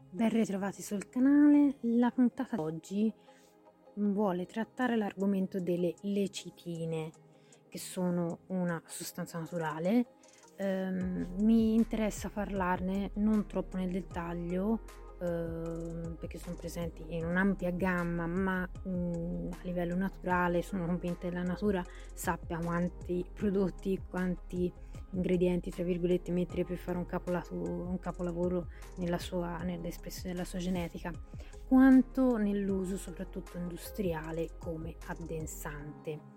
Ben ritrovati sul canale. La puntata di oggi vuole trattare l'argomento delle lecitine, che sono una sostanza naturale. Mi interessa parlarne non troppo nel dettaglio, perché sono presenti in un'ampia gamma, ma a livello naturale sono convinta che la natura sappia quanti prodotti, quanti ingredienti, tra virgolette, mettere per fare un capolavoro nell'espressione della sua genetica, quanto nell'uso soprattutto industriale come addensante.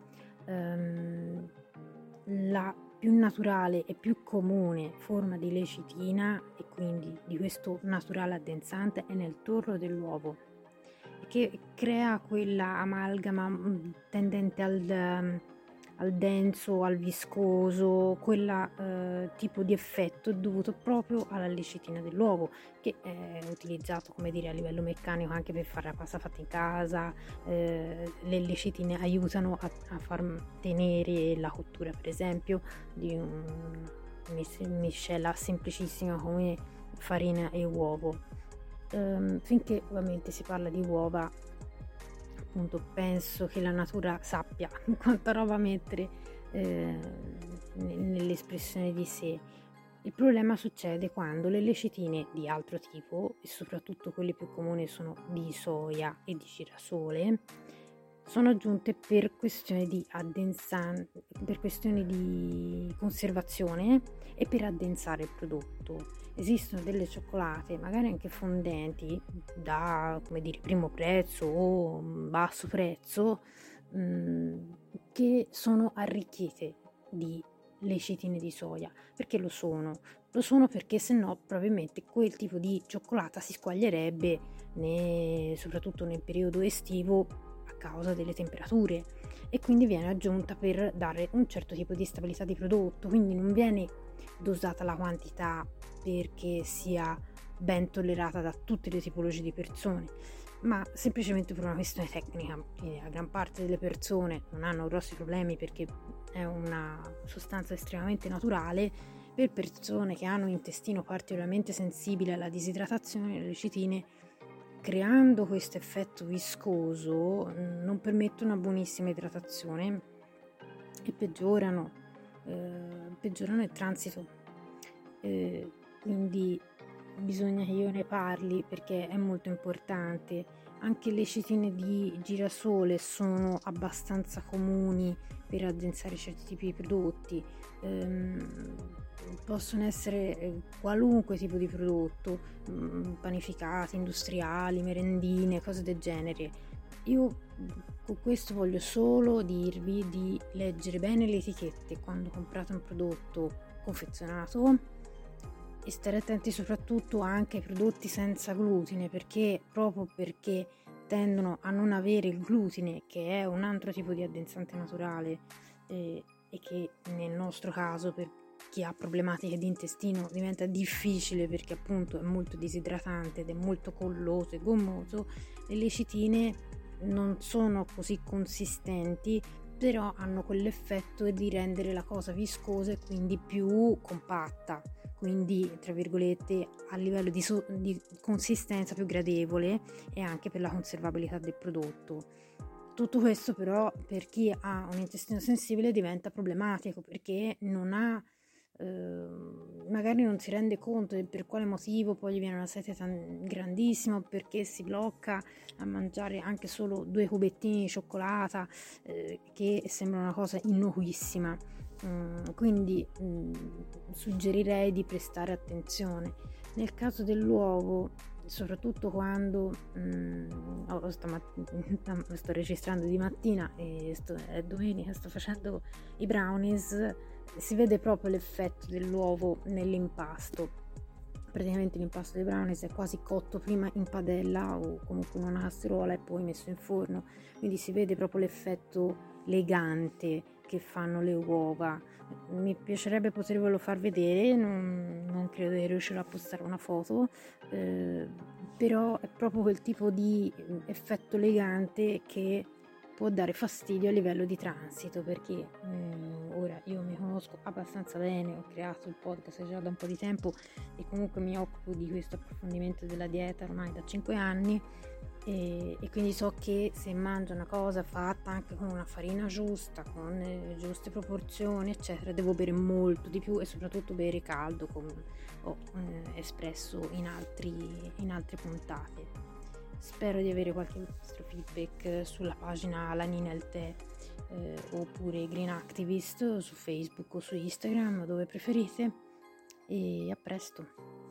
La più naturale e più comune forma di lecitina, e quindi di questo naturale addensante, è nel torro dell'uovo, che crea quella amalgama tendente al denso, al viscoso, quella tipo di effetto dovuto proprio alla lecitina dell'uovo, che è utilizzato, come dire, a livello meccanico anche per fare la pasta fatta in casa. Le lecitine aiutano a far tenere la cottura, per esempio, di una miscela semplicissima come farina e uovo. Finché ovviamente si parla di uova, appunto, penso che la natura sappia quanta roba mettere nell'espressione di sé. Il problema succede quando le lecitine di altro tipo, e soprattutto quelle più comuni sono di soia e di girasole, sono aggiunte per questioni di per questioni di conservazione e per addensare il prodotto. Esistono delle cioccolate, magari anche fondenti, da, come dire, primo prezzo o basso prezzo, che sono arricchite di lecitine di soia. Perché lo sono? Lo sono perché se no probabilmente quel tipo di cioccolata si squaglierebbe soprattutto nel periodo estivo a causa delle temperature, e quindi viene aggiunta per dare un certo tipo di stabilità di prodotto, quindi non viene dosata la quantità perché sia ben tollerata da tutte le tipologie di persone, ma semplicemente per una questione tecnica. Quindi la gran parte delle persone non hanno grossi problemi perché è una sostanza estremamente naturale. Per persone che hanno un intestino particolarmente sensibile alla disidratazione, le lecitine, creando questo effetto viscoso, non permettono una buonissima idratazione e peggiorano il transito. Quindi bisogna che io ne parli perché è molto importante. Anche le lecitine di girasole sono abbastanza comuni per addensare certi tipi di prodotti. Possono essere qualunque tipo di prodotto, panificati, industriali, merendine, cose del genere. Io con questo voglio solo dirvi di leggere bene le etichette quando comprate un prodotto confezionato e stare attenti soprattutto anche ai prodotti senza glutine, proprio perché tendono a non avere il glutine, che è un altro tipo di addensante naturale, e che nel nostro caso, per chi ha problematiche di intestino, diventa difficile perché appunto è molto disidratante ed è molto colloso e gommoso. Le lecitine non sono così consistenti, però hanno quell'effetto di rendere la cosa viscosa e quindi più compatta, quindi tra virgolette a livello di consistenza più gradevole, e anche per la conservabilità del prodotto. Tutto questo però per chi ha un intestino sensibile diventa problematico, perché magari non si rende conto di per quale motivo poi gli viene una sete grandissima, perché si blocca a mangiare anche solo 2 cubettini di cioccolata, che sembra una cosa innocuissima. Quindi suggerirei di prestare attenzione. Nel caso dell'uovo, soprattutto quando sto registrando di mattina e è domenica, sto facendo i brownies, si vede proprio l'effetto dell'uovo nell'impasto. Praticamente l'impasto dei brownies è quasi cotto prima in padella o comunque in una casseruola e poi messo in forno, quindi si vede proprio l'effetto legante che fanno le uova. Mi piacerebbe potervelo far vedere, non credo di riuscire a postare una foto, però è proprio quel tipo di effetto legante che può dare fastidio a livello di transito, perché ora io mi conosco abbastanza bene, ho creato il podcast già da un po' di tempo e comunque mi occupo di questo approfondimento della dieta ormai da 5 anni e quindi so che se mangio una cosa fatta anche con una farina giusta, con giuste proporzioni eccetera, devo bere molto di più e soprattutto bere caldo, come ho espresso in altre puntate. Spero di avere qualche vostro feedback sulla pagina La Nina e il Tè oppure Green Activist su Facebook o su Instagram, dove preferite, e a presto.